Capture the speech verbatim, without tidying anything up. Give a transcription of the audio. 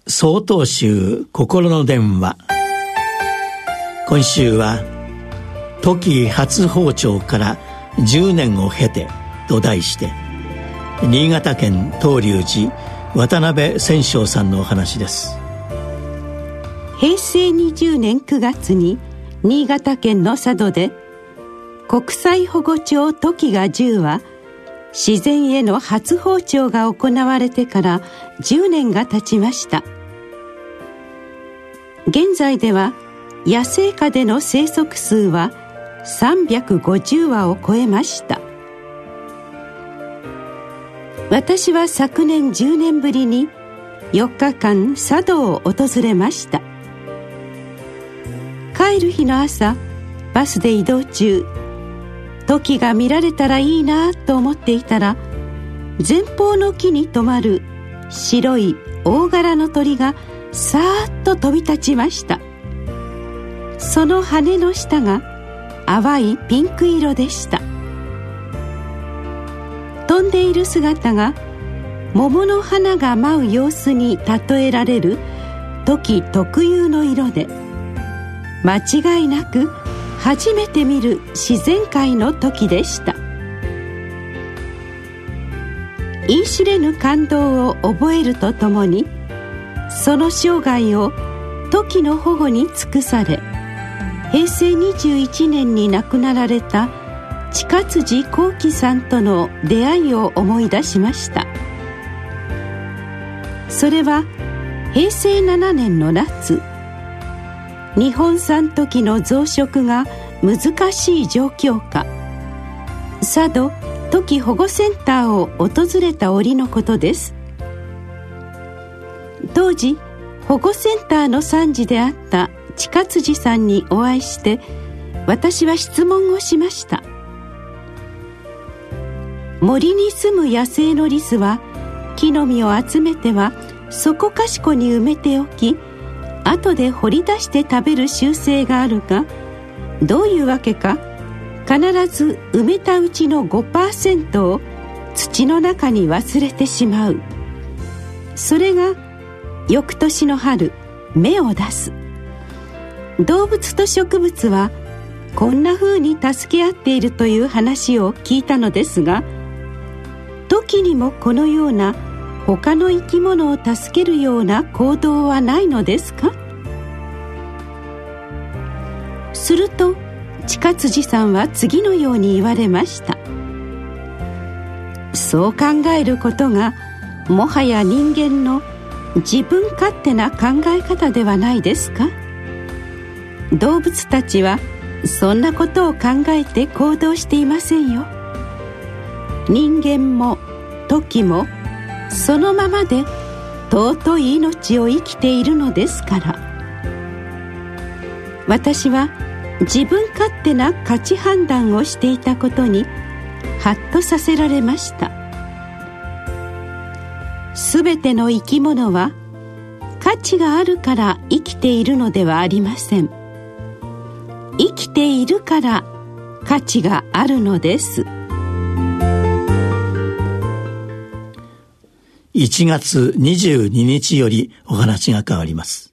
曹洞宗心の電話。今週はトキ初訪朝からじゅうねんを経てと題して、新潟県東龍寺渡辺千昌さんのお話です。 へいせいにじゅうねんくがつに新潟県の佐渡で国際保護鳥トキがじゅうは自然への初訪朝が行われてからじゅうねんが経ちました。現在では野生下での生息数はさんびゃくごじゅうわを超えました。私は昨年じゅうねんぶりによっかかん佐渡を訪れました。帰る日の朝、バスで移動中、トキが見られたらいいなと思っていたら、前方の木に止まる白い大柄の鳥がさーっと飛び立ちました。その羽の下が淡いピンク色でした。飛んでいる姿が桃の花が舞う様子に例えられるトキ特有の色で、間違いなく初めて見る自然界のトキでした。言い知れぬ感動を覚えるとともに、その生涯をトキの保護に尽くされ、へいせいにじゅういちねんに亡くなられた近辻幸喜さんとの出会いを思い出しました。それはへいせいななねんの夏、日本産トキの増殖が難しい状況下、佐渡トキ保護センターを訪れた折のことです。当時保護センターの参事であった近辻さんにお会いして、私は質問をしました。森に住む野生のリスは木の実を集めてはそこかしこに埋めておき、後で掘り出して食べる習性があるが、どういうわけか必ず埋めたうちの ごパーセント を土の中に忘れてしまう。それが翌年の春、芽を出す。動物と植物はこんな風に助け合っているという話を聞いたのですが、トキにもこのような他の生き物を助けるような行動はないのですか？すると近辻さんは次のように言われました。そう考えることがもはや人間の自分勝手な考え方ではないですか？動物たちはそんなことを考えて行動していませんよ。人間もトキもそのままで尊い命を生きているのですから。私は自分勝手な価値判断をしていたことにハッとさせられました。すべての生き物は価値があるから生きているのではありません。生きているから価値があるのです。 いちがつにじゅうににちよりお話が変わります。